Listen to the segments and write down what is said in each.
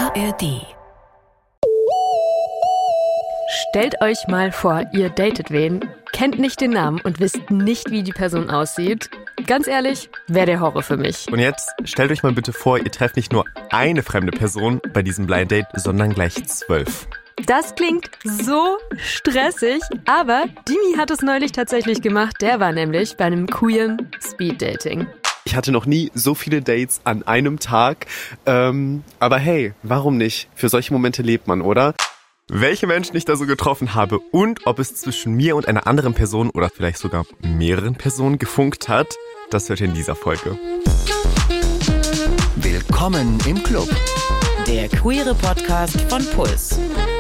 ARD. Stellt euch mal vor, ihr datet wen, kennt nicht den Namen und wisst nicht, wie die Person aussieht. Ganz ehrlich, wäre der Horror für mich. Und jetzt stellt euch mal bitte vor, ihr trefft nicht nur eine fremde Person bei diesem Blind Date, sondern gleich 12. Das klingt so stressig, aber Dimi hat es neulich tatsächlich gemacht. Der war nämlich bei einem queeren Speeddating. Ich hatte noch nie so viele Dates an einem Tag. Aber hey, warum nicht? Für solche Momente lebt man, oder? Welche Menschen ich da so getroffen habe und ob es zwischen mir und einer anderen Person oder vielleicht sogar mehreren Personen gefunkt hat, das hört ihr in dieser Folge. Willkommen im Club. Der queere Podcast von Puls.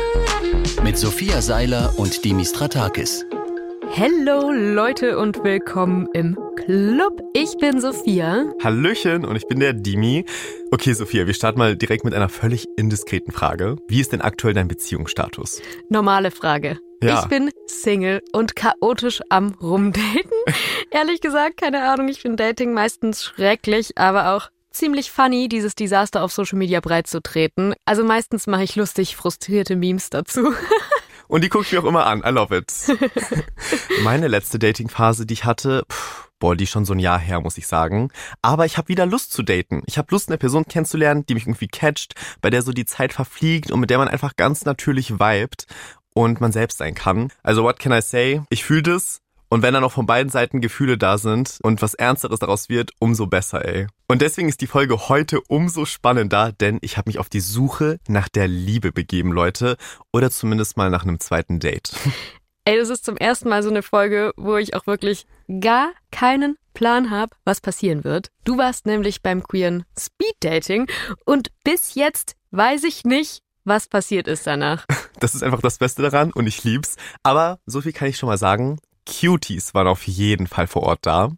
Mit Sophia Seiler und Dimi Stratakis. Hello Leute und willkommen im Club. Ich bin Sophia. Hallöchen und ich bin der Dimi. Okay Sophia, wir starten mal direkt mit einer völlig indiskreten Frage. Wie ist denn aktuell dein Beziehungsstatus? Normale Frage. Ja. Ich bin Single und chaotisch am Rumdaten. Ehrlich gesagt, keine Ahnung, ich finde Dating meistens schrecklich, aber auch ziemlich funny, dieses Desaster auf Social Media breit zu treten. Also meistens mache ich lustig frustrierte Memes dazu. Und die gucke ich mir auch immer an. I love it. Meine letzte Dating-Phase, die ich hatte, die ist schon so ein Jahr her, muss ich sagen. Aber ich habe wieder Lust zu daten. Ich habe Lust, eine Person kennenzulernen, die mich irgendwie catcht, bei der so die Zeit verfliegt und mit der man einfach ganz natürlich vibet und man selbst sein kann. Also what can I say? Ich fühle das. Und wenn dann auch von beiden Seiten Gefühle da sind und was Ernsteres daraus wird, umso besser, ey. Und deswegen ist die Folge heute umso spannender, denn ich habe mich auf die Suche nach der Liebe begeben, Leute. Oder zumindest mal nach einem zweiten Date. Ey, das ist zum ersten Mal so eine Folge, wo ich auch wirklich gar keinen Plan habe, was passieren wird. Du warst nämlich beim queeren Speeddating und bis jetzt weiß ich nicht, was passiert ist danach. Das ist einfach das Beste daran und ich lieb's. Aber so viel kann ich schon mal sagen. Cuties waren auf jeden Fall vor Ort da.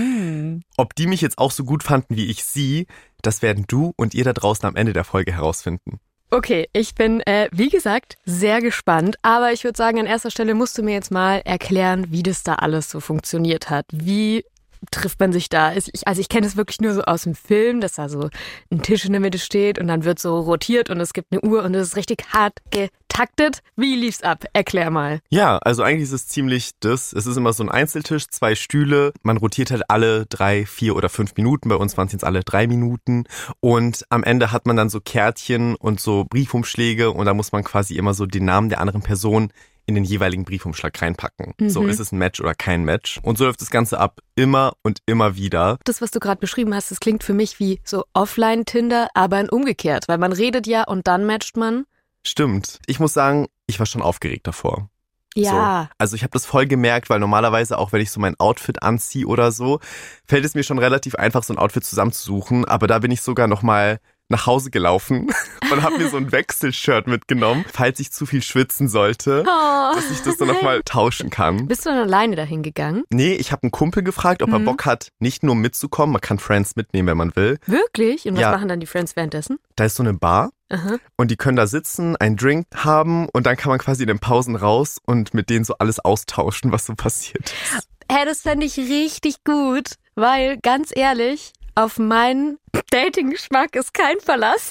Ob die mich jetzt auch so gut fanden wie ich sie, das werden du und ihr da draußen am Ende der Folge herausfinden. Okay, ich bin, wie gesagt, sehr gespannt. Aber ich würde sagen, an erster Stelle musst du mir jetzt mal erklären, wie das da alles so funktioniert hat. Wie trifft man sich da? Ich kenne es wirklich nur so aus dem Film, dass da so ein Tisch in der Mitte steht und dann wird so rotiert und es gibt eine Uhr und es ist richtig hart getaktet. Wie lief's ab? Erklär mal. Ja, also eigentlich ist es ziemlich das. Es ist immer so ein Einzeltisch, 2 Stühle. Man rotiert halt alle 3, 4 oder 5 Minuten. Bei uns waren es jetzt alle 3 Minuten. Und am Ende hat man dann so Kärtchen und so Briefumschläge und da muss man quasi immer so den Namen der anderen Person in den jeweiligen Briefumschlag reinpacken. So, ist es ein Match oder kein Match? Und so läuft das Ganze ab, immer und immer wieder. Das, was du gerade beschrieben hast, das klingt für mich wie so Offline-Tinder, aber in umgekehrt. Weil man redet ja und dann matcht man. Stimmt. Ich muss sagen, ich war schon aufgeregt davor. Ja. So. Also ich habe das voll gemerkt, weil normalerweise auch, wenn ich so mein Outfit anziehe oder so, fällt es mir schon relativ einfach, so ein Outfit zusammenzusuchen. Aber da bin ich sogar nochmal nach Hause gelaufen und habe mir so ein Wechselshirt mitgenommen, falls ich zu viel schwitzen sollte, dass ich das dann nochmal tauschen kann. Bist du dann alleine dahin gegangen? Nee, ich habe einen Kumpel gefragt, ob er Bock hat, nicht nur mitzukommen, man kann Friends mitnehmen, wenn man will. Wirklich? Und was machen dann die Friends währenddessen? Da ist so eine Bar. Aha. Und die können da sitzen, einen Drink haben und dann kann man quasi in den Pausen raus und mit denen so alles austauschen, was so passiert ist. Hey, das fände ich richtig gut, weil, ganz ehrlich, auf meinen Dating-Geschmack ist kein Verlass.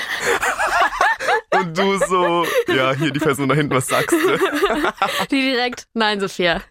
Und du so, ja, hier die Person da hinten, was sagst du? Die direkt, nein, Sophia.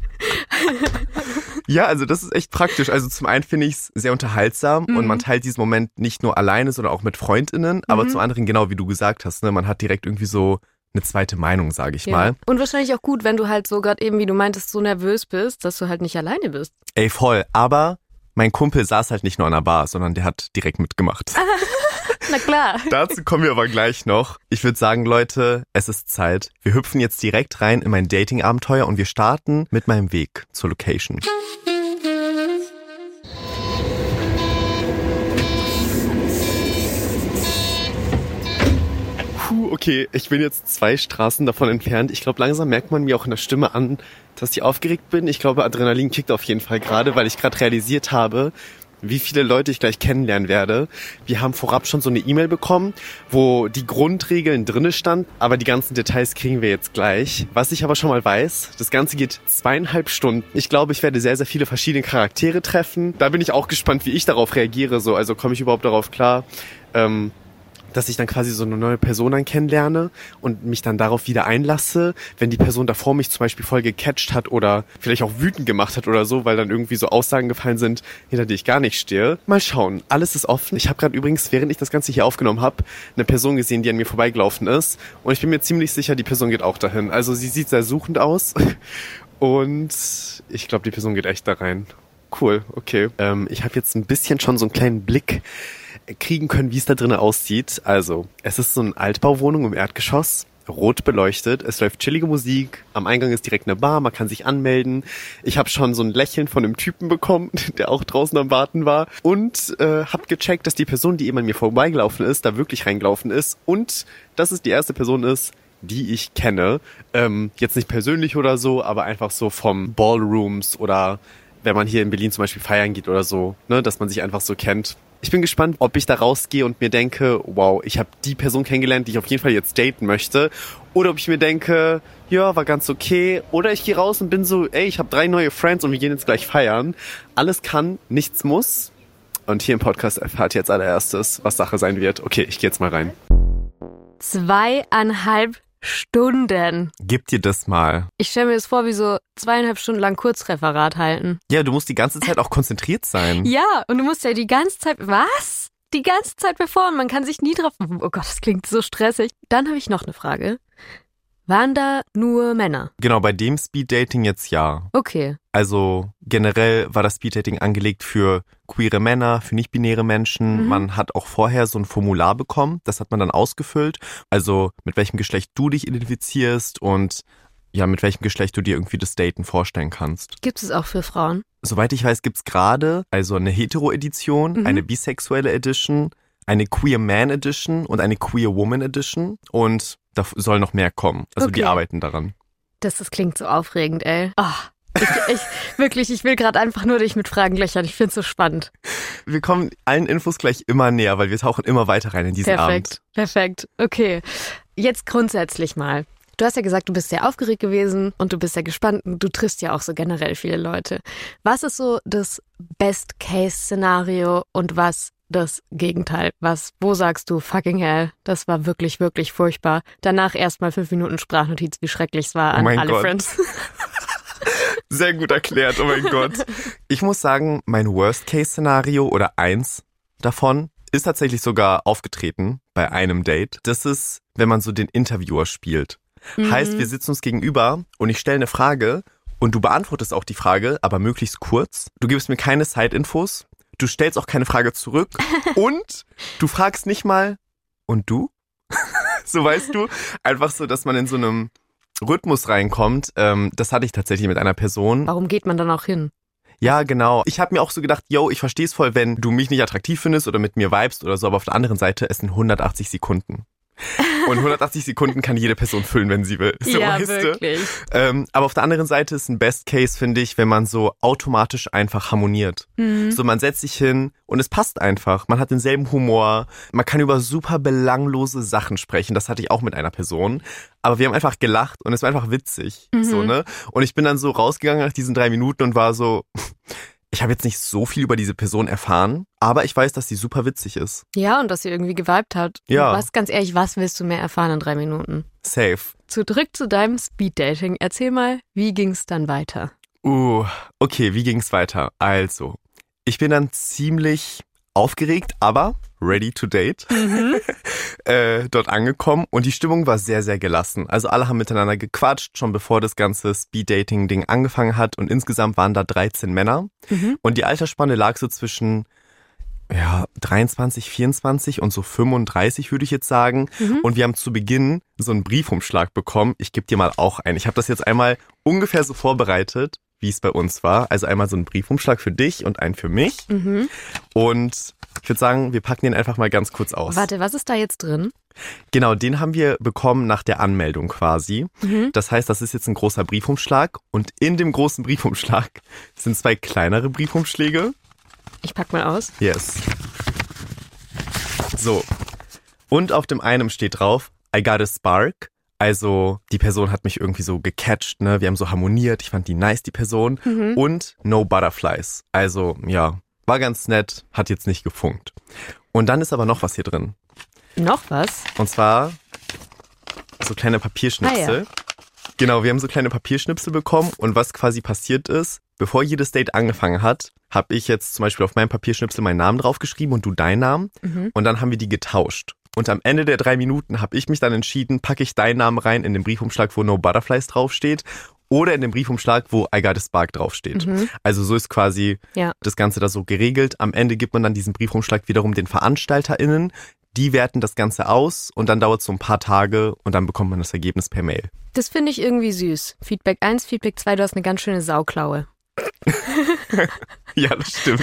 Ja, also das ist echt praktisch. Also zum einen finde ich es sehr unterhaltsam und man teilt diesen Moment nicht nur alleine, sondern auch mit FreundInnen. Aber zum anderen, genau wie du gesagt hast, ne, man hat direkt irgendwie so eine zweite Meinung, sage ich mal. Und wahrscheinlich auch gut, wenn du halt so gerade eben, wie du meintest, so nervös bist, dass du halt nicht alleine bist. Ey, voll. Aber mein Kumpel saß halt nicht nur an der Bar, sondern der hat direkt mitgemacht. Na klar. Dazu kommen wir aber gleich noch. Ich würde sagen, Leute, es ist Zeit. Wir hüpfen jetzt direkt rein in mein Dating-Abenteuer und wir starten mit meinem Weg zur Location. Okay, ich bin jetzt 2 Straßen davon entfernt. Ich glaube, langsam merkt man mir auch in der Stimme an, dass ich aufgeregt bin. Ich glaube, Adrenalin kickt auf jeden Fall gerade, weil ich gerade realisiert habe, wie viele Leute ich gleich kennenlernen werde. Wir haben vorab schon so eine E-Mail bekommen, wo die Grundregeln drinne stand, aber die ganzen Details kriegen wir jetzt gleich. Was ich aber schon mal weiß, das Ganze geht 2,5 Stunden. Ich glaube, ich werde sehr, sehr viele verschiedene Charaktere treffen. Da bin ich auch gespannt, wie ich darauf reagiere. So, also komme ich überhaupt darauf klar, dass ich dann quasi so eine neue Person dann kennenlerne und mich dann darauf wieder einlasse, wenn die Person davor mich zum Beispiel voll gecatcht hat oder vielleicht auch wütend gemacht hat oder so, weil dann irgendwie so Aussagen gefallen sind, hinter die ich gar nicht stehe. Mal schauen, alles ist offen. Ich habe gerade übrigens, während ich das Ganze hier aufgenommen habe, eine Person gesehen, die an mir vorbeigelaufen ist und ich bin mir ziemlich sicher, die Person geht auch dahin. Also sie sieht sehr suchend aus und ich glaube, die Person geht echt da rein. Cool, okay. Ich habe jetzt ein bisschen schon so einen kleinen Blick kriegen können, wie es da drinnen aussieht. Also, es ist so eine Altbauwohnung im Erdgeschoss, rot beleuchtet, es läuft chillige Musik, am Eingang ist direkt eine Bar, man kann sich anmelden. Ich habe schon so ein Lächeln von einem Typen bekommen, der auch draußen am Warten war und habe gecheckt, dass die Person, die eben an mir vorbeigelaufen ist, da wirklich reingelaufen ist und dass es die erste Person ist, die ich kenne. Jetzt nicht persönlich oder so, aber einfach so vom Ballrooms oder wenn man hier in Berlin zum Beispiel feiern geht oder so, ne, dass man sich einfach so kennt. Ich bin gespannt, ob ich da rausgehe und mir denke, wow, ich habe die Person kennengelernt, die ich auf jeden Fall jetzt daten möchte. Oder ob ich mir denke, ja, war ganz okay. Oder ich gehe raus und bin so, ey, ich habe 3 neue Friends und wir gehen jetzt gleich feiern. Alles kann, nichts muss. Und hier im Podcast erfahrt ihr jetzt allererstes, was Sache sein wird. Okay, ich gehe jetzt mal rein. 2,5 Stunden. Gib dir das mal. Ich stelle mir das vor, wie so 2,5 Stunden lang Kurzreferat halten. Ja, du musst die ganze Zeit auch konzentriert sein. Ja, und du musst ja die ganze Zeit, was? Die ganze Zeit performen, man kann sich nie drauf, oh Gott, das klingt so stressig. Dann habe ich noch eine Frage. Waren da nur Männer? Genau, bei dem Speeddating jetzt ja. Okay. Also generell war das Speeddating angelegt für queere Männer, für nicht-binäre Menschen. Man hat auch vorher so ein Formular bekommen, das hat man dann ausgefüllt. Also mit welchem Geschlecht du dich identifizierst und ja, mit welchem Geschlecht du dir irgendwie das Daten vorstellen kannst. Gibt es auch für Frauen? Soweit ich weiß, gibt's gerade also eine Hetero-Edition, eine bisexuelle Edition, eine Queer Man Edition und eine Queer Woman Edition und da soll noch mehr kommen. Also die arbeiten daran. Das klingt so aufregend, ey. Ich will gerade einfach nur dich mit Fragen löchern. Ich find's so spannend. Wir kommen allen Infos gleich immer näher, weil wir tauchen immer weiter rein in diesen Abend. Perfekt. Okay. Jetzt grundsätzlich mal. Du hast ja gesagt, du bist sehr aufgeregt gewesen und du bist sehr gespannt und du triffst ja auch so generell viele Leute. Was ist so das Best-Case-Szenario und was das Gegenteil? Wo sagst du, fucking hell, das war wirklich, wirklich furchtbar. Danach erstmal 5 Minuten Sprachnotiz, wie schrecklich es war an alle Gott. Friends. Sehr gut erklärt, oh mein Gott. Ich muss sagen, mein Worst-Case-Szenario oder eins davon ist tatsächlich sogar aufgetreten bei einem Date. Das ist, wenn man so den Interviewer spielt. Heißt, wir sitzen uns gegenüber und ich stelle eine Frage und du beantwortest auch die Frage, aber möglichst kurz. Du gibst mir keine Side-Infos. Du stellst auch keine Frage zurück und du fragst nicht mal, und du? So weißt du, einfach so, dass man in so einem Rhythmus reinkommt. Das hatte ich tatsächlich mit einer Person. Warum geht man dann auch hin? Ja, genau. Ich habe mir auch so gedacht, yo, ich verstehe es voll, wenn du mich nicht attraktiv findest oder mit mir vibest oder so, aber auf der anderen Seite, es sind 180 Sekunden. Und 180 Sekunden kann jede Person füllen, wenn sie will. So, ja, weißt wirklich. Aber auf der anderen Seite ist ein Best Case, finde ich, wenn man so automatisch einfach harmoniert. So, man setzt sich hin und es passt einfach. Man hat denselben Humor. Man kann über super belanglose Sachen sprechen. Das hatte ich auch mit einer Person. Aber wir haben einfach gelacht und es war einfach witzig. So, ne? Und ich bin dann so rausgegangen nach diesen 3 Minuten und war so... Ich habe jetzt nicht so viel über diese Person erfahren, aber ich weiß, dass sie super witzig ist. Ja, und dass sie irgendwie geweibt hat. Ja. Was, ganz ehrlich, was willst du mehr erfahren in 3 Minuten? Safe. Zurück zu deinem Speeddating. Erzähl mal, wie ging's dann weiter? Okay, wie ging's weiter? Also, ich bin dann ziemlich aufgeregt, aber ready to date. Dort angekommen und die Stimmung war sehr, sehr gelassen. Also alle haben miteinander gequatscht, schon bevor das ganze Speed-Dating-Ding angefangen hat und insgesamt waren da 13 Männer und die Altersspanne lag so zwischen 23, 24 und so 35 würde ich jetzt sagen und wir haben zu Beginn so einen Briefumschlag bekommen. Ich gebe dir mal auch einen. Ich habe das jetzt einmal ungefähr so vorbereitet, wie es bei uns war. Also einmal so einen Briefumschlag für dich und einen für mich und ich würde sagen, wir packen den einfach mal ganz kurz aus. Warte, was ist da jetzt drin? Genau, den haben wir bekommen nach der Anmeldung quasi. Das heißt, das ist jetzt ein großer Briefumschlag und in dem großen Briefumschlag sind 2 kleinere Briefumschläge. Ich pack mal aus. Yes. So. Und auf dem einen steht drauf, I got a spark. Also die Person hat mich irgendwie so gecatcht, ne? Wir haben so harmoniert, ich fand die nice, die Person. Und no butterflies. Also, ja. War ganz nett, hat jetzt nicht gefunkt. Und dann ist aber noch was hier drin. Noch was? Und zwar so kleine Papierschnipsel. Ah, ja. Genau, wir haben so kleine Papierschnipsel bekommen und was quasi passiert ist, bevor jedes Date angefangen hat, habe ich jetzt zum Beispiel auf meinem Papierschnipsel meinen Namen draufgeschrieben und du deinen Namen und dann haben wir die getauscht. Und am Ende der 3 Minuten habe ich mich dann entschieden, packe ich deinen Namen rein in den Briefumschlag, wo No Butterflies draufsteht oder in den Briefumschlag, wo I Got a Spark draufsteht. Also so ist quasi das Ganze da so geregelt. Am Ende gibt man dann diesen Briefumschlag wiederum den VeranstalterInnen. Die werten das Ganze aus und dann dauert es so ein paar Tage und dann bekommt man das Ergebnis per Mail. Das finde ich irgendwie süß. Feedback 1, Feedback 2, du hast eine ganz schöne Sauklaue. Ja, das stimmt.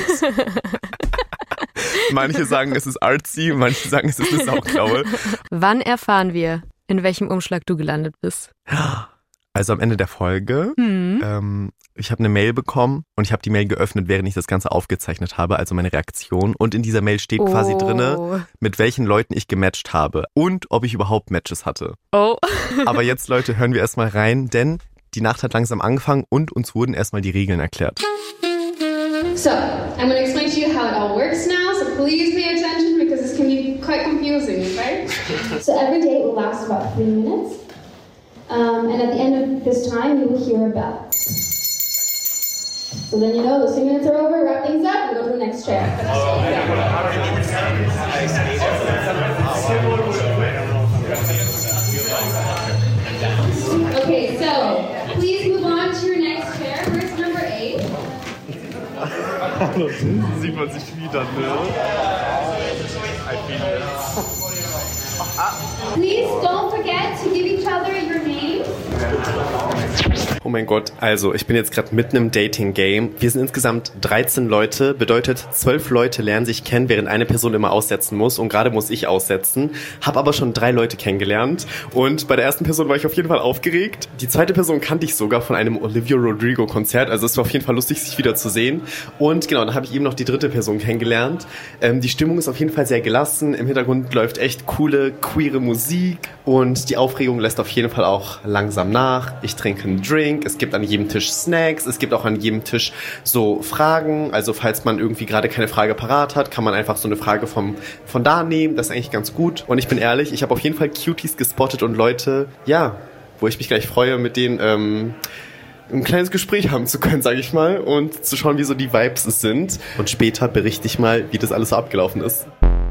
Manche sagen, es ist artsy, manche sagen, es ist eine Sauklaue. Wann erfahren wir, in welchem Umschlag du gelandet bist? Also am Ende der Folge, ich habe eine Mail bekommen und ich habe die Mail geöffnet, während ich das Ganze aufgezeichnet habe, also meine Reaktion. Und in dieser Mail steht quasi drinne, mit welchen Leuten ich gematcht habe und ob ich überhaupt Matches hatte. Oh. Aber jetzt, Leute, hören wir erstmal rein, denn die Nacht hat langsam angefangen und uns wurden erstmal die Regeln erklärt. So, I'm going to explain to you how it all works now, so please pay attention because this can be quite confusing, okay? So every date will last about 3 minutes. And at the end of this time, you will hear a bell. So then you know those 2 minutes are over, wrap things up, and go to the next chair. Okay, so please move on to your next chair. Where's number 8? Sieht man sich wieder, ne? Please don't forget to give each other your names. Oh mein Gott, also ich bin jetzt gerade mitten im Dating-Game. Wir sind insgesamt 13 Leute, bedeutet 12 Leute lernen sich kennen, während eine Person immer aussetzen muss. Und gerade muss ich aussetzen, habe aber schon 3 Leute kennengelernt. Und bei der ersten Person war ich auf jeden Fall aufgeregt. Die zweite Person kannte ich sogar von einem Olivia Rodrigo-Konzert. Also es war auf jeden Fall lustig, sich wieder zu sehen. Und genau, dann habe ich eben noch die dritte Person kennengelernt. Die Stimmung ist auf jeden Fall sehr gelassen. Im Hintergrund läuft echt coole, queere Musik. Und die Aufregung lässt auf jeden Fall auch langsam nach. Ich trinke einen Drink. Es gibt an jedem Tisch Snacks. Es gibt auch an jedem Tisch so Fragen. Also falls man irgendwie gerade keine Frage parat hat, kann man einfach so eine Frage von da nehmen. Das ist eigentlich ganz gut. Und ich bin ehrlich, ich habe auf jeden Fall Cuties gespottet und Leute, ja, wo ich mich gleich freue, mit denen ein kleines Gespräch haben zu können, sage ich mal, und zu schauen, wie so die Vibes es sind. Und später berichte ich mal, wie das alles so abgelaufen ist.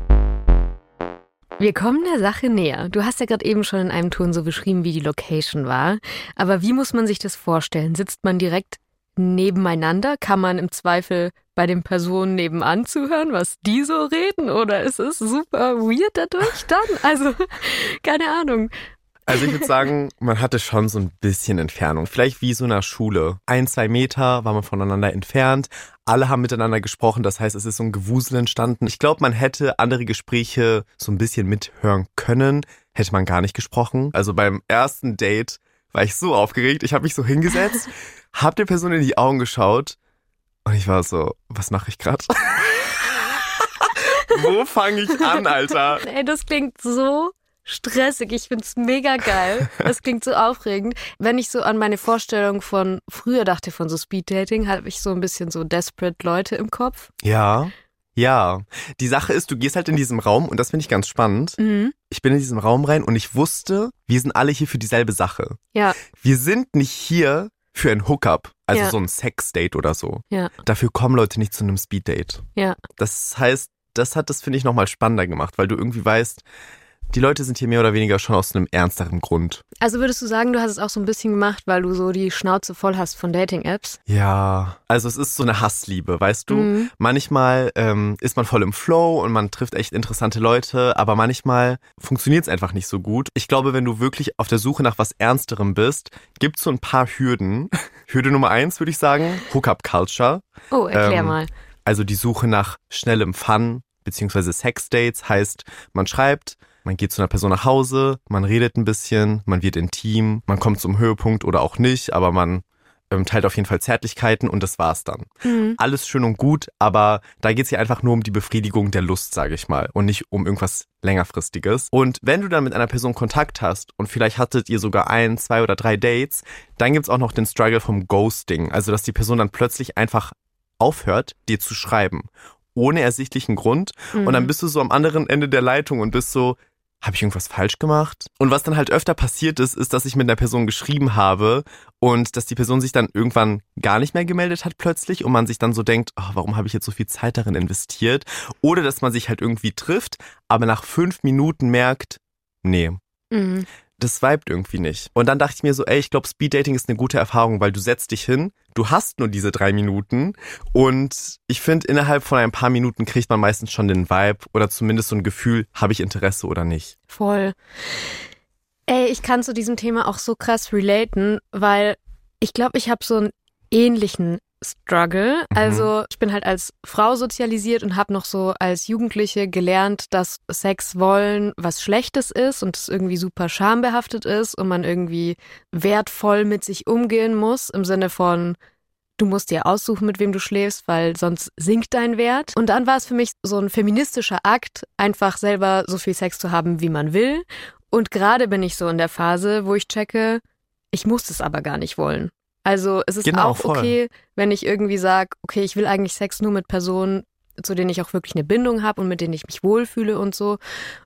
Wir kommen der Sache näher. Du hast ja gerade eben schon in einem Ton so beschrieben, wie die Location war. Aber wie muss man sich das vorstellen? Sitzt man direkt nebeneinander? Kann man im Zweifel bei den Personen nebenan zuhören, was die so reden? Oder ist es super weird dadurch dann? Also, keine Ahnung. Also ich würde sagen, man hatte schon so ein bisschen Entfernung. Vielleicht wie so in einer Schule. 1-2 Meter war man voneinander entfernt. Alle haben miteinander gesprochen. Das heißt, es ist so ein Gewusel entstanden. Ich glaube, man hätte andere Gespräche so ein bisschen mithören können. Hätte man gar nicht gesprochen. Also beim ersten Date war ich so aufgeregt. Ich habe mich so hingesetzt, habe der Person in die Augen geschaut und ich war so, was mache ich gerade? Wo fange ich an, Alter? Ey, das klingt so stressig. Ich find's mega geil. Das klingt so aufregend. Wenn ich so an meine Vorstellung von früher dachte, von so Speeddating, habe ich so ein bisschen so desperate Leute im Kopf. Ja. Die Sache ist, du gehst halt in diesem Raum und das finde ich ganz spannend. Ich bin in diesem Raum rein und ich wusste, wir sind alle hier für dieselbe Sache. Ja. Wir sind nicht hier für ein Hookup, also so ein Sexdate oder so. Ja. Dafür kommen Leute nicht zu einem Speeddate. Ja. Das heißt, das hat das, finde ich, nochmal spannender gemacht, weil du irgendwie weißt, die Leute sind hier mehr oder weniger schon aus einem ernsteren Grund. Also würdest du sagen, du hast es auch so ein bisschen gemacht, weil du so die Schnauze voll hast von Dating-Apps? Ja, also es ist so eine Hassliebe, weißt du? Manchmal ist man voll im Flow und man trifft echt interessante Leute, aber manchmal funktioniert es einfach nicht so gut. Ich glaube, wenn du wirklich auf der Suche nach was Ernsterem bist, gibt es so ein paar Hürden. Hürde Nummer 1 würde ich sagen, Hookup-Culture. Oh, erklär mal. Also die Suche nach schnellem Fun, beziehungsweise Sexdates heißt, man schreibt, man geht zu einer Person nach Hause, man redet ein bisschen, man wird intim, man kommt zum Höhepunkt oder auch nicht, aber man teilt auf jeden Fall Zärtlichkeiten und das war's dann. Alles schön und gut, aber da geht's hier einfach nur um die Befriedigung der Lust, sage ich mal, und nicht um irgendwas längerfristiges. Und wenn du dann mit einer Person Kontakt hast und vielleicht hattet ihr sogar 1, 2 oder 3 Dates, dann gibt's auch noch den Struggle vom Ghosting, also dass die Person dann plötzlich einfach aufhört, dir zu schreiben, ohne ersichtlichen Grund. Und dann bist du so am anderen Ende der Leitung und bist so, habe ich irgendwas falsch gemacht? Und was dann halt öfter passiert ist, dass ich mit einer Person geschrieben habe und dass die Person sich dann irgendwann gar nicht mehr gemeldet hat plötzlich und man sich dann so denkt, oh, warum habe ich jetzt so viel Zeit darin investiert? Oder dass man sich halt irgendwie trifft, aber nach 5 Minuten merkt, nee. Mhm. Das vibet irgendwie nicht. Und dann dachte ich mir so, ich glaube, Speeddating ist eine gute Erfahrung, weil du setzt dich hin, du hast nur diese 3 Minuten und ich finde, innerhalb von ein paar Minuten kriegt man meistens schon den Vibe oder zumindest so ein Gefühl, habe ich Interesse oder nicht. Voll. Ich kann zu diesem Thema auch so krass relaten, weil ich glaube, ich habe so einen ähnlichen Struggle. Also ich bin halt als Frau sozialisiert und habe noch so als Jugendliche gelernt, dass Sex wollen was Schlechtes ist und es irgendwie super schambehaftet ist und man irgendwie wertvoll mit sich umgehen muss, im Sinne von, du musst dir aussuchen, mit wem du schläfst, weil sonst sinkt dein Wert. Und dann war es für mich so ein feministischer Akt, einfach selber so viel Sex zu haben, wie man will. Und gerade bin ich so in der Phase, wo ich checke, ich muss es aber gar nicht wollen. Also es ist auch okay, wenn ich irgendwie sage, okay, ich will eigentlich Sex nur mit Personen, zu denen ich auch wirklich eine Bindung habe und mit denen ich mich wohlfühle und so.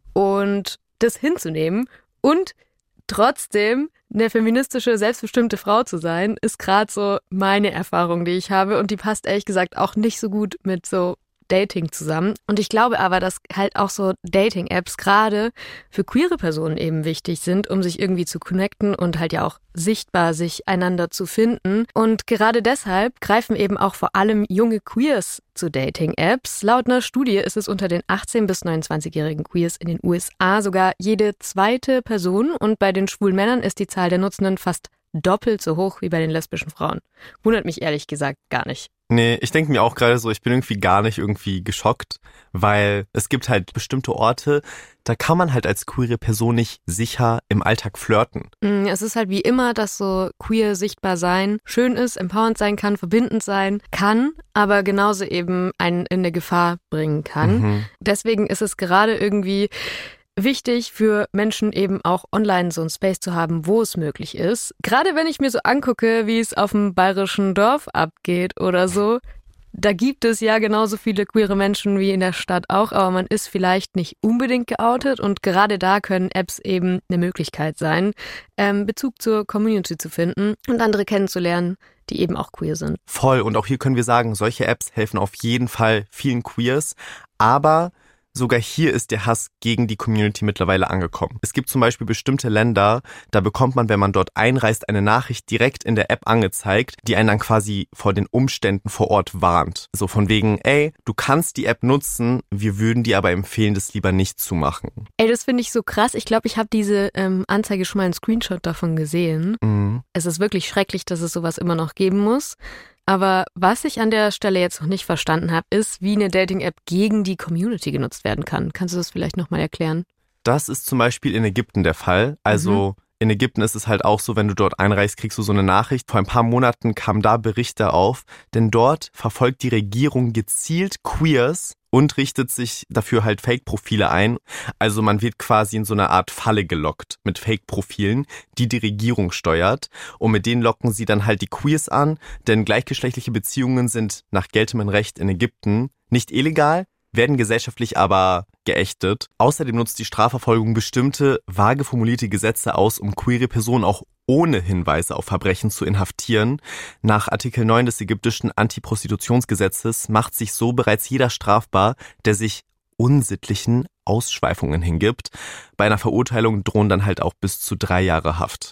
Und das hinzunehmen und trotzdem eine feministische, selbstbestimmte Frau zu sein, ist gerade so meine Erfahrung, die ich habe. Und die passt ehrlich gesagt auch nicht so gut mit so Dating zusammen. Und ich glaube aber, dass halt auch so Dating-Apps gerade für queere Personen eben wichtig sind, um sich irgendwie zu connecten und halt ja auch sichtbar sich einander zu finden. Und gerade deshalb greifen eben auch vor allem junge Queers zu Dating-Apps. Laut einer Studie ist es unter den 18- bis 29-jährigen Queers in den USA sogar jede zweite Person und bei den schwulen Männern ist die Zahl der Nutzenden fast doppelt so hoch wie bei den lesbischen Frauen. Wundert mich ehrlich gesagt gar nicht. Nee, ich denke mir auch gerade so, ich bin irgendwie gar nicht irgendwie geschockt, weil es gibt halt bestimmte Orte, da kann man halt als queere Person nicht sicher im Alltag flirten. Es ist halt wie immer, dass so queer sichtbar sein schön ist, empowernd sein kann, verbindend sein kann, aber genauso eben einen in eine Gefahr bringen kann. Deswegen ist es gerade irgendwie wichtig für Menschen eben auch online so ein Space zu haben, wo es möglich ist. Gerade wenn ich mir so angucke, wie es auf dem bayerischen Dorf abgeht oder so, da gibt es ja genauso viele queere Menschen wie in der Stadt auch, aber man ist vielleicht nicht unbedingt geoutet und gerade da können Apps eben eine Möglichkeit sein, Bezug zur Community zu finden und andere kennenzulernen, die eben auch queer sind. Voll, und auch hier können wir sagen, solche Apps helfen auf jeden Fall vielen Queers, aber sogar hier ist der Hass gegen die Community mittlerweile angekommen. Es gibt zum Beispiel bestimmte Länder, da bekommt man, wenn man dort einreist, eine Nachricht direkt in der App angezeigt, die einen dann quasi vor den Umständen vor Ort warnt. So von wegen, du kannst die App nutzen, wir würden dir aber empfehlen, das lieber nicht zu machen. Das finde ich so krass. Ich glaube, ich habe diese Anzeige schon mal einen Screenshot davon gesehen. Es ist wirklich schrecklich, dass es sowas immer noch geben muss. Aber was ich an der Stelle jetzt noch nicht verstanden habe, ist, wie eine Dating-App gegen die Community genutzt werden kann. Kannst du das vielleicht nochmal erklären? Das ist zum Beispiel in Ägypten der Fall. Also in Ägypten ist es halt auch so, wenn du dort einreist, kriegst du so eine Nachricht. Vor ein paar Monaten kamen da Berichte auf, denn dort verfolgt die Regierung gezielt Queers und richtet sich dafür halt Fake-Profile ein. Also man wird quasi in so eine Art Falle gelockt mit Fake-Profilen, die Regierung steuert. Und mit denen locken sie dann halt die Queers an, denn gleichgeschlechtliche Beziehungen sind nach geltendem Recht in Ägypten nicht illegal, werden gesellschaftlich aber geächtet. Außerdem nutzt die Strafverfolgung bestimmte, vage formulierte Gesetze aus, um queere Personen auch ohne Hinweise auf Verbrechen zu inhaftieren. Nach Artikel 9 des ägyptischen Antiprostitutionsgesetzes macht sich so bereits jeder strafbar, der sich unsittlichen Ausschweifungen hingibt. Bei einer Verurteilung drohen dann halt auch bis zu 3 Jahre Haft.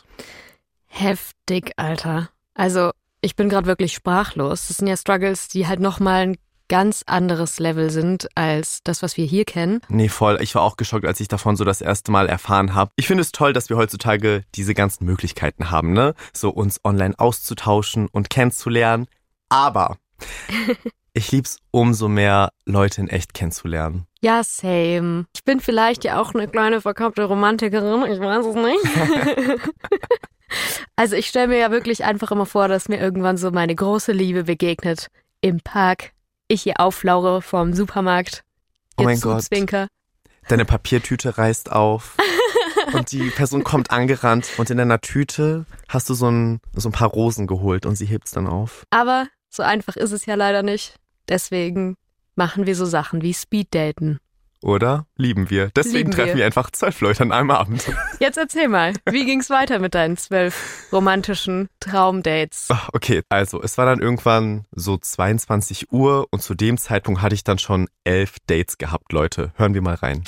Heftig, Alter. Also ich bin gerade wirklich sprachlos. Das sind ja Struggles, die halt nochmal ein ganz anderes Level sind als das, was wir hier kennen. Nee, voll. Ich war auch geschockt, als ich davon so das erste Mal erfahren habe. Ich finde es toll, dass wir heutzutage diese ganzen Möglichkeiten haben, ne? So uns online auszutauschen und kennenzulernen. Aber ich lieb's umso mehr, Leute in echt kennenzulernen. Ja, same. Ich bin vielleicht ja auch eine kleine verkappte Romantikerin, ich weiß es nicht. Also ich stelle mir ja wirklich einfach immer vor, dass mir irgendwann so meine große Liebe begegnet. Im Park. Ich hier auflaure vorm Supermarkt. Oh mein Gott. Zwinker. Deine Papiertüte reißt auf und die Person kommt angerannt und in deiner Tüte hast du so ein paar Rosen geholt und sie hebt's dann auf. Aber so einfach ist es ja leider nicht. Deswegen machen wir so Sachen wie Speeddaten. Oder? Lieben wir. Deswegen treffen wir einfach 12 Leute an einem Abend. Jetzt erzähl mal, wie ging's weiter mit deinen 12 romantischen Traumdates? Okay, also es war dann irgendwann so 22 Uhr und zu dem Zeitpunkt hatte ich dann schon 11 Dates gehabt, Leute. Hören wir mal rein.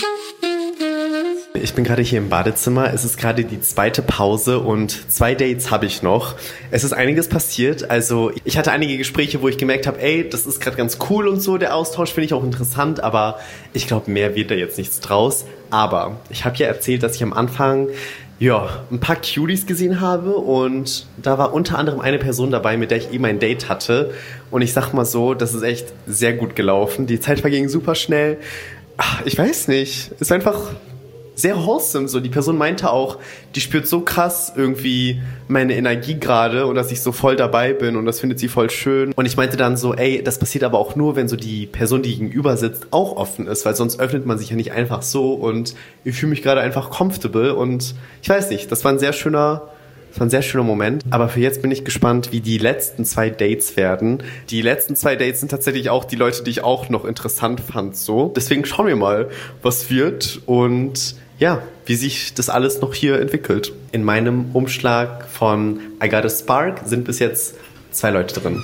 Ich bin gerade hier im Badezimmer. Es ist gerade die zweite Pause und 2 Dates habe ich noch. Es ist einiges passiert. Also ich hatte einige Gespräche, wo ich gemerkt habe, ey, das ist gerade ganz cool und so. Der Austausch finde ich auch interessant, aber ich glaube, mehr wird da jetzt nichts draus. Aber ich habe ja erzählt, dass ich am Anfang ein paar Cuties gesehen habe und da war unter anderem eine Person dabei, mit der ich eben ein Date hatte. Und ich sag mal so, das ist echt sehr gut gelaufen. Die Zeit verging super schnell. Ich weiß nicht. Es ist einfach sehr wholesome, so. Die Person meinte auch, die spürt so krass irgendwie meine Energie gerade und dass ich so voll dabei bin und das findet sie voll schön. Und ich meinte dann so, ey, das passiert aber auch nur, wenn so die Person, die gegenüber sitzt, auch offen ist, weil sonst öffnet man sich ja nicht einfach so und ich fühle mich gerade einfach comfortable und ich weiß nicht, das war ein sehr schöner Moment. Aber für jetzt bin ich gespannt, wie die letzten 2 Dates werden. Die letzten 2 Dates sind tatsächlich auch die Leute, die ich auch noch interessant fand, so. Deswegen schauen wir mal, was wird und wie sich das alles noch hier entwickelt. In meinem Umschlag von I Got a Spark sind bis jetzt 2 Leute drin.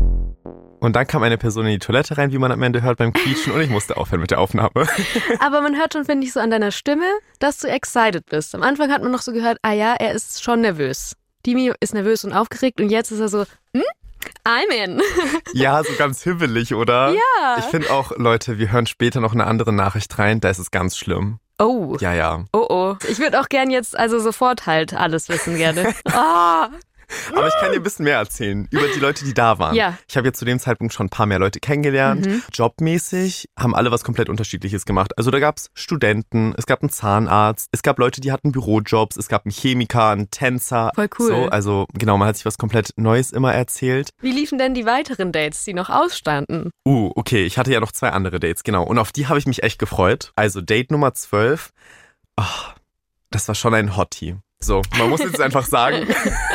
Und dann kam eine Person in die Toilette rein, wie man am Ende hört beim Quietschen und ich musste aufhören mit der Aufnahme. Aber man hört schon, finde ich, so an deiner Stimme, dass du excited bist. Am Anfang hat man noch so gehört, er ist schon nervös. Dimi ist nervös und aufgeregt und jetzt ist er so, I'm in. Ja, so ganz hibbelig, oder? Ja. Ich finde auch, Leute, wir hören später noch eine andere Nachricht rein, da ist es ganz schlimm. Oh. Ja. Oh. Ich würde auch gern jetzt sofort halt alles wissen gerne. Aber ich kann dir ein bisschen mehr erzählen über die Leute, die da waren. Ja. Ich habe jetzt zu dem Zeitpunkt schon ein paar mehr Leute kennengelernt. Jobmäßig haben alle was komplett Unterschiedliches gemacht. Also da gab's Studenten, es gab einen Zahnarzt, es gab Leute, die hatten Bürojobs, es gab einen Chemiker, einen Tänzer. Voll cool. So, also genau, man hat sich was komplett Neues immer erzählt. Wie liefen denn die weiteren Dates, die noch ausstanden? Okay, ich hatte ja noch 2 andere Dates, genau. Und auf die habe ich mich echt gefreut. Also Date Nummer 12, das war schon ein Hottie. So, man muss jetzt einfach sagen.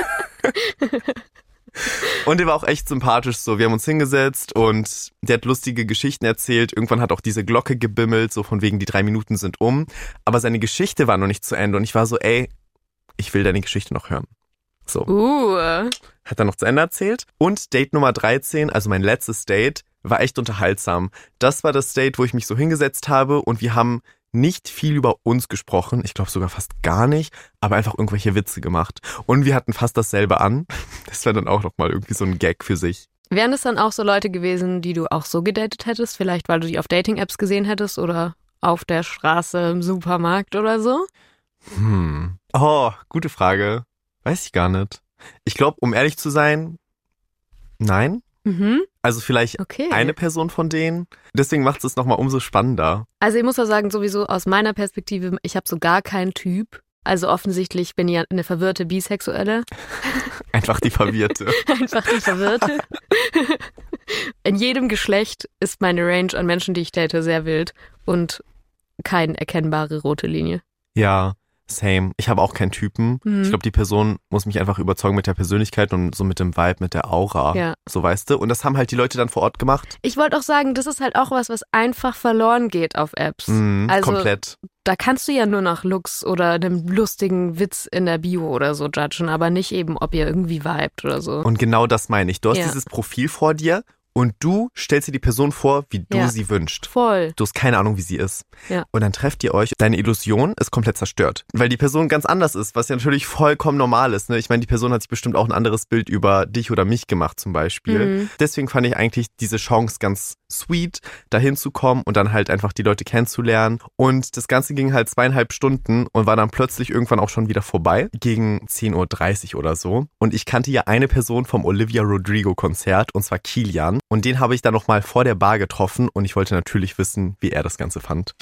Und der war auch echt sympathisch so. Wir haben uns hingesetzt und der hat lustige Geschichten erzählt. Irgendwann hat auch diese Glocke gebimmelt, so von wegen die 3 Minuten sind um. Aber seine Geschichte war noch nicht zu Ende und ich war so, ey, ich will deine Geschichte noch hören. So. Hat er noch zu Ende erzählt. Und Date Nummer 13, also mein letztes Date, war echt unterhaltsam. Das war das Date, wo ich mich so hingesetzt habe und wir haben nicht viel über uns gesprochen, ich glaube sogar fast gar nicht, aber einfach irgendwelche Witze gemacht. Und wir hatten fast dasselbe an. Das war dann auch nochmal irgendwie so ein Gag für sich. Wären es dann auch so Leute gewesen, die du auch so gedatet hättest? Vielleicht, weil du die auf Dating-Apps gesehen hättest oder auf der Straße im Supermarkt oder so? Gute Frage. Weiß ich gar nicht. Ich glaube, um ehrlich zu sein, nein. Also vielleicht eine Person von denen. Deswegen macht es nochmal umso spannender. Also ich muss auch sagen, sowieso aus meiner Perspektive, ich habe so gar keinen Typ. Also offensichtlich bin ich ja eine verwirrte Bisexuelle. Einfach die Verwirrte. Einfach die Verwirrte. In jedem Geschlecht ist meine Range an Menschen, die ich date, sehr wild und keine erkennbare rote Linie. Ja. Same. Ich habe auch keinen Typen. Ich glaube, die Person muss mich einfach überzeugen mit der Persönlichkeit und so mit dem Vibe, mit der Aura. Ja. So, weißt du? Und das haben halt die Leute dann vor Ort gemacht. Ich wollte auch sagen, das ist halt auch was einfach verloren geht auf Apps. Also, komplett. Da kannst du ja nur nach Looks oder einem lustigen Witz in der Bio oder so judgen, aber nicht eben, ob ihr irgendwie vibet oder so. Und genau das meine ich. Du hast dieses Profil vor dir und du stellst dir die Person vor, wie du sie wünschst. Voll. Du hast keine Ahnung, wie sie ist. Ja. Und dann trefft ihr euch. Deine Illusion ist komplett zerstört. Weil die Person ganz anders ist, was ja natürlich vollkommen normal ist. Ne? Ich meine, die Person hat sich bestimmt auch ein anderes Bild über dich oder mich gemacht zum Beispiel. Deswegen fand ich eigentlich diese Chance ganz sweet, dahin zu kommen und dann halt einfach die Leute kennenzulernen. Und das Ganze ging halt 2,5 Stunden und war dann plötzlich irgendwann auch schon wieder vorbei. Gegen 10:30 Uhr oder so. Und ich kannte ja eine Person vom Olivia Rodrigo-Konzert und zwar Kilian. Und den habe ich dann nochmal vor der Bar getroffen und ich wollte natürlich wissen, wie er das Ganze fand.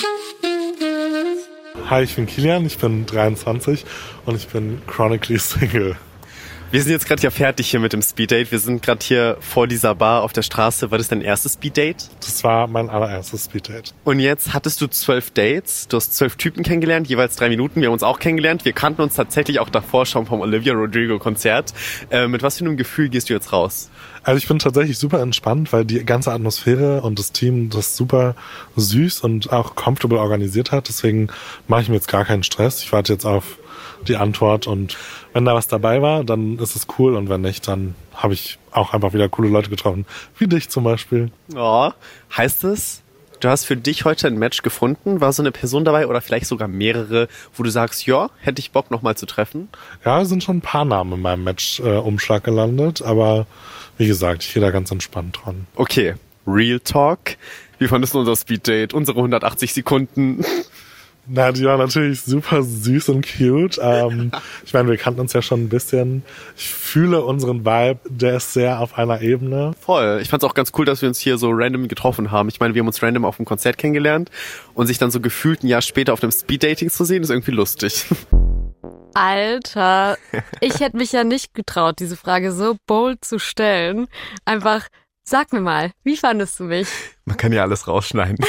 Hi, ich bin Kilian, ich bin 23 und ich bin chronically Single. Wir sind jetzt gerade ja fertig hier mit dem Speeddate. Wir sind gerade hier vor dieser Bar auf der Straße. War das dein erstes Speeddate? Das war mein allererstes Speeddate. Und jetzt hattest du 12 Dates. Du hast 12 Typen kennengelernt, jeweils 3 Minuten. Wir haben uns auch kennengelernt. Wir kannten uns tatsächlich auch davor schon vom Olivia Rodrigo-Konzert. Mit was für einem Gefühl gehst du jetzt raus? Also ich bin tatsächlich super entspannt, weil die ganze Atmosphäre und das Team das super süß und auch comfortable organisiert hat. Deswegen mache ich mir jetzt gar keinen Stress. Ich warte jetzt auf die Antwort und wenn da was dabei war, dann ist es cool und wenn nicht, dann habe ich auch einfach wieder coole Leute getroffen, wie dich zum Beispiel. Oh, heißt es, du hast für dich heute ein Match gefunden? War so eine Person dabei oder vielleicht sogar mehrere, wo du sagst, ja, hätte ich Bock nochmal zu treffen? Ja, es sind schon ein paar Namen in meinem Match-Umschlag gelandet, aber wie gesagt, ich gehe da ganz entspannt dran. Okay, Real Talk. Wie fandest du unser Speeddate, unsere 180 Sekunden? Na, die war natürlich super süß und cute. Ich meine, wir kannten uns ja schon ein bisschen. Ich fühle unseren Vibe, der ist sehr auf einer Ebene. Voll. Ich fand's auch ganz cool, dass wir uns hier so random getroffen haben. Ich meine, wir haben uns random auf dem Konzert kennengelernt und sich dann so gefühlt ein Jahr später auf einem Speeddating zu sehen, ist irgendwie lustig. Alter, ich hätte mich ja nicht getraut, diese Frage so bold zu stellen. Einfach, sag mir mal, wie fandest du mich? Man kann ja alles rausschneiden.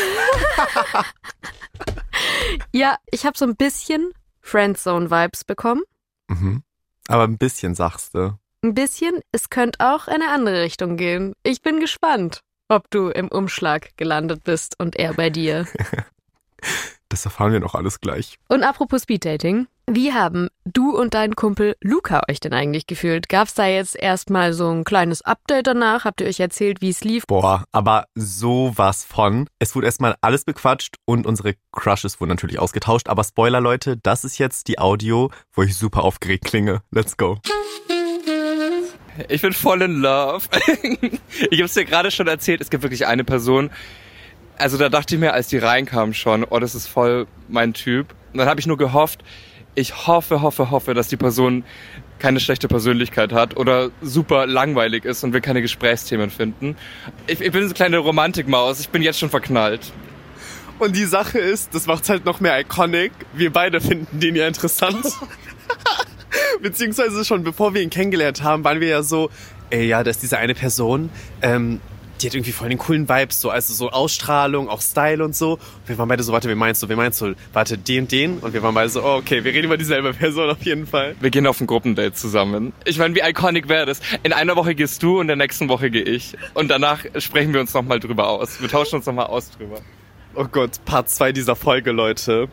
Ja, ich habe so ein bisschen Friendzone-Vibes bekommen. Mhm. Aber ein bisschen, sagst du. Ein bisschen, es könnte auch in eine andere Richtung gehen. Ich bin gespannt, ob du im Umschlag gelandet bist und er bei dir. Das erfahren wir noch alles gleich. Und apropos Speeddating, wie haben du und dein Kumpel Luca euch denn eigentlich gefühlt? Gab's da jetzt erstmal so ein kleines Update danach? Habt ihr euch erzählt, wie es lief? Boah, aber sowas von. Es wurde erstmal alles bequatscht und unsere Crushes wurden natürlich ausgetauscht. Aber Spoiler, Leute, das ist jetzt die Audio, wo ich super aufgeregt klinge. Let's go. Ich bin voll in love. Ich hab's dir gerade schon erzählt, es gibt wirklich eine Person. Also da dachte ich mir, als die reinkamen schon, oh, das ist voll mein Typ. Und dann habe ich nur gehofft, ich hoffe, dass die Person keine schlechte Persönlichkeit hat oder super langweilig ist und wir keine Gesprächsthemen finden. Ich bin so eine kleine Romantikmaus, ich bin jetzt schon verknallt. Und die Sache ist, das macht's halt noch mehr iconic. Wir beide finden den ja interessant. Beziehungsweise schon bevor wir ihn kennengelernt haben, waren wir ja so, ey, ja, da ist diese eine Person, die hat irgendwie voll den coolen Vibes, so, also so Ausstrahlung, auch Style und so. Und wir waren beide so, warte, wen meinst du? Warte, den und den? Und wir waren beide so, oh, okay, wir reden über dieselbe Person auf jeden Fall. Wir gehen auf ein Gruppendate zusammen. Ich meine, wie iconic wäre das? In einer Woche gehst du und in der nächsten Woche gehe ich. Und danach sprechen wir uns nochmal drüber aus. Wir tauschen uns nochmal aus drüber. Oh Gott, Part 2 dieser Folge, Leute.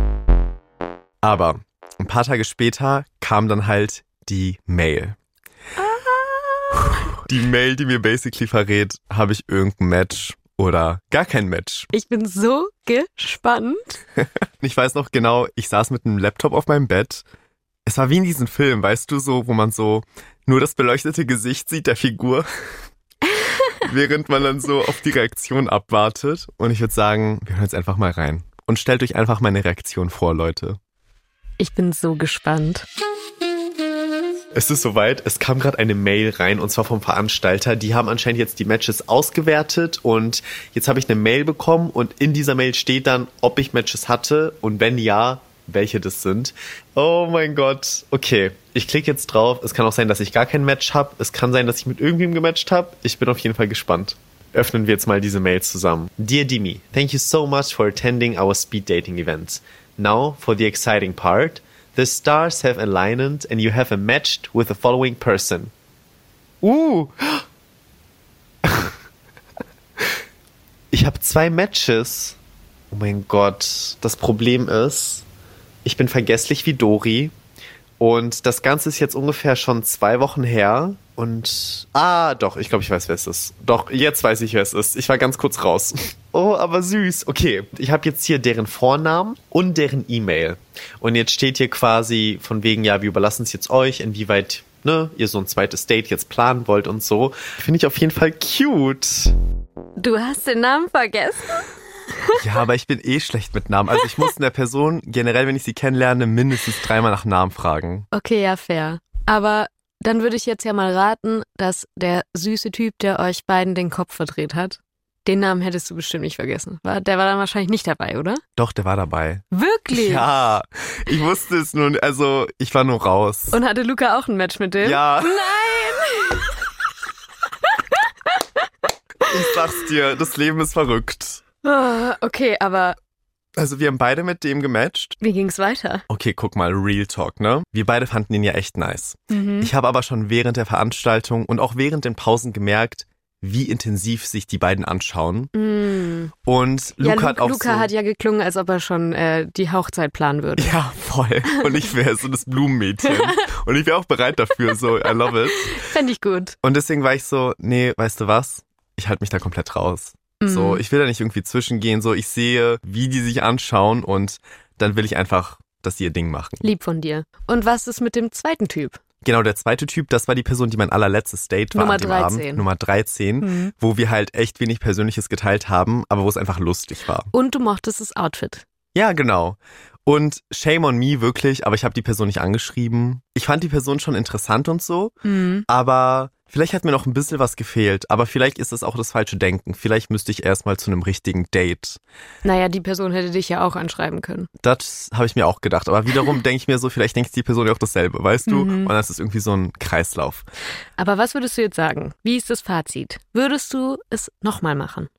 Aber ein paar Tage später kam dann halt die Mail. Die Mail, die mir basically verrät, habe ich irgendein Match oder gar kein Match. Ich bin so gespannt. Ich weiß noch genau, ich saß mit einem Laptop auf meinem Bett. Es war wie in diesem Film, weißt du, so, wo man so nur das beleuchtete Gesicht sieht der Figur, während man dann so auf die Reaktion abwartet. Und ich würde sagen, wir hören jetzt einfach mal rein. Und stellt euch einfach meine Reaktion vor, Leute. Ich bin so gespannt. Es ist soweit, es kam gerade eine Mail rein und zwar vom Veranstalter. Die haben anscheinend jetzt die Matches ausgewertet und jetzt habe ich eine Mail bekommen und in dieser Mail steht dann, ob ich Matches hatte und wenn ja, welche das sind. Oh mein Gott. Okay, ich klicke jetzt drauf. Es kann auch sein, dass ich gar kein Match habe. Es kann sein, dass ich mit irgendwem gematcht habe. Ich bin auf jeden Fall gespannt. Öffnen wir jetzt mal diese Mail zusammen. Dear Dimi, thank you so much for attending our speed dating event. Now for the exciting part. The stars have aligned and you have matched with the following person. Ich habe 2 Matches. Oh mein Gott. Das Problem ist, ich bin vergesslich wie Dori. Und das Ganze ist jetzt ungefähr schon 2 Wochen her. Und, doch, ich glaube, ich weiß, wer es ist. Doch, jetzt weiß ich, wer es ist. Ich war ganz kurz raus. Oh, aber süß. Okay, ich habe jetzt hier deren Vornamen und deren E-Mail. Und jetzt steht hier quasi von wegen, ja, wir überlassen es jetzt euch, inwieweit, ihr so ein zweites Date jetzt planen wollt und so. Finde ich auf jeden Fall cute. Du hast den Namen vergessen? Ja, aber ich bin schlecht mit Namen. Also ich muss in der Person, generell, wenn ich sie kennenlerne, mindestens 3-mal nach Namen fragen. Okay, ja, fair. Aber dann würde ich jetzt ja mal raten, dass der süße Typ, der euch beiden den Kopf verdreht hat, den Namen hättest du bestimmt nicht vergessen. Der war dann wahrscheinlich nicht dabei, oder? Doch, der war dabei. Wirklich? Wirklich? Ja, ich wusste es nur, also ich war nur raus. Und hatte Luca auch ein Match mit dem? Ja. Nein! Ich sag's dir, das Leben ist verrückt. Oh, okay, aber Also wir haben beide mit dem gematcht. wie ging's weiter? Okay, guck mal, Real Talk, ne? Wir beide fanden ihn ja echt nice. Ich habe aber schon während der Veranstaltung und auch während den Pausen gemerkt, wie intensiv sich die beiden anschauen. Und Luca hat auch Luca so... hat ja geklungen, als ob er schon die Hochzeit planen würde. Ja, voll. Und ich wäre so das Blumenmädchen. Und ich wäre auch bereit dafür, so, I love it. Fände ich gut. Und deswegen war ich so, nee, weißt du was? Ich halte mich da komplett raus. So, ich will da nicht irgendwie zwischengehen. So, ich sehe, wie die sich anschauen und dann will ich einfach, dass sie ihr Ding machen. Lieb von dir. Und was ist mit dem zweiten Typ? Genau, der zweite Typ, das war die Person, die mein allerletztes Date war Nummer an dem 13. Abend. Nummer 13, wo wir halt echt wenig Persönliches geteilt haben, aber wo es einfach lustig war. Und du mochtest das Outfit. Ja, genau. Und shame on me, wirklich, aber ich habe die Person nicht angeschrieben. Ich fand die Person schon interessant und so, aber vielleicht hat mir noch ein bisschen was gefehlt. Aber vielleicht ist das auch das falsche Denken. Vielleicht müsste ich erstmal zu einem richtigen Date. Naja, die Person hätte dich ja auch anschreiben können. Das habe ich mir auch gedacht. Aber wiederum denke ich mir so, vielleicht denkt die Person ja auch dasselbe, weißt du? Und das ist irgendwie so ein Kreislauf. Aber was würdest du jetzt sagen? Wie ist das Fazit? Würdest du es nochmal machen?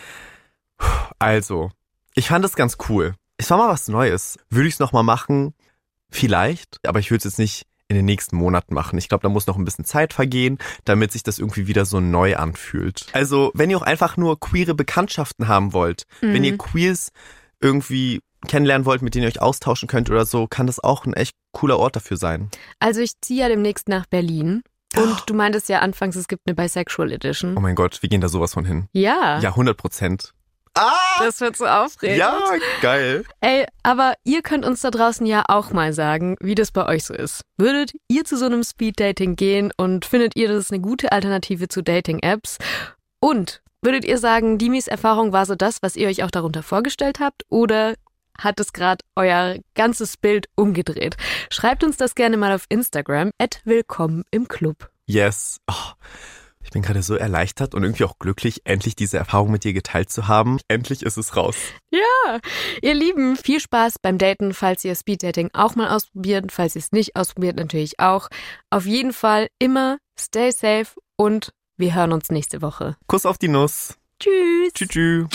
Also, ich fand es ganz cool. Es war mal was Neues. Würde ich es nochmal machen? Vielleicht. Aber ich würde es jetzt nicht in den nächsten Monaten machen. Ich glaube, da muss noch ein bisschen Zeit vergehen, damit sich das irgendwie wieder so neu anfühlt. Also, wenn ihr auch einfach nur queere Bekanntschaften haben wollt, wenn ihr Queers irgendwie kennenlernen wollt, mit denen ihr euch austauschen könnt oder so, kann das auch ein echt cooler Ort dafür sein. Also ich ziehe ja demnächst nach Berlin. Und du meintest ja anfangs, es gibt eine Bisexual Edition. Oh mein Gott, wir gehen da sowas von hin. Ja. Ja, 100%. Das wird so aufregend. Ja, geil. Ey, aber ihr könnt uns da draußen ja auch mal sagen, wie das bei euch so ist. Würdet ihr zu so einem Speed-Dating gehen und findet ihr, das ist eine gute Alternative zu Dating-Apps? Und würdet ihr sagen, Dimis Erfahrung war so das, was ihr euch auch darunter vorgestellt habt? Oder hat es gerade euer ganzes Bild umgedreht? Schreibt uns das gerne mal auf Instagram @willkommenimclub. Yes. Oh, ich bin gerade so erleichtert und irgendwie auch glücklich, endlich diese Erfahrung mit dir geteilt zu haben. Endlich ist es raus. Ja, ihr Lieben, viel Spaß beim Daten, falls ihr Speeddating auch mal ausprobiert. Falls ihr es nicht ausprobiert, natürlich auch. Auf jeden Fall immer stay safe und wir hören uns nächste Woche. Kuss auf die Nuss. Tschüss. Tschüss.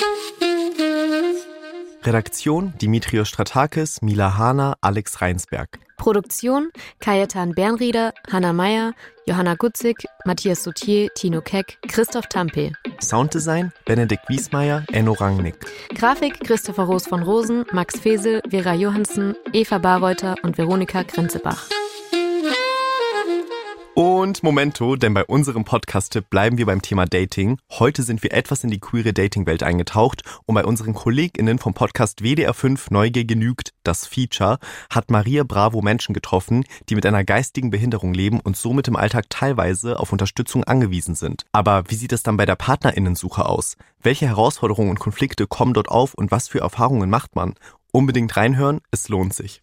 Redaktion Dimitrios Stratakis, Mila Hahner, Alex Reinsberg. Produktion Kajetan Bernrieder, Hanna Meyer, Johanna Gutzig, Matthias Sautier, Tino Keck, Christoph Tampe. Sounddesign Benedikt Wiesmeier, Enno Rangnick. Grafik Christopher Roos von Rosen, Max Fesel, Vera Johansen, Eva Barreuter und Veronika Grenzebach. Und Momento, denn bei unserem Podcast-Tipp bleiben wir beim Thema Dating. Heute sind wir etwas in die queere Dating-Welt eingetaucht und bei unseren KollegInnen vom Podcast WDR 5 Neugier genügt, das Feature, hat Maria Bravo Menschen getroffen, die mit einer geistigen Behinderung leben und somit im Alltag teilweise auf Unterstützung angewiesen sind. Aber wie sieht es dann bei der PartnerInnensuche aus? Welche Herausforderungen und Konflikte kommen dort auf und was für Erfahrungen macht man? Unbedingt reinhören, es lohnt sich.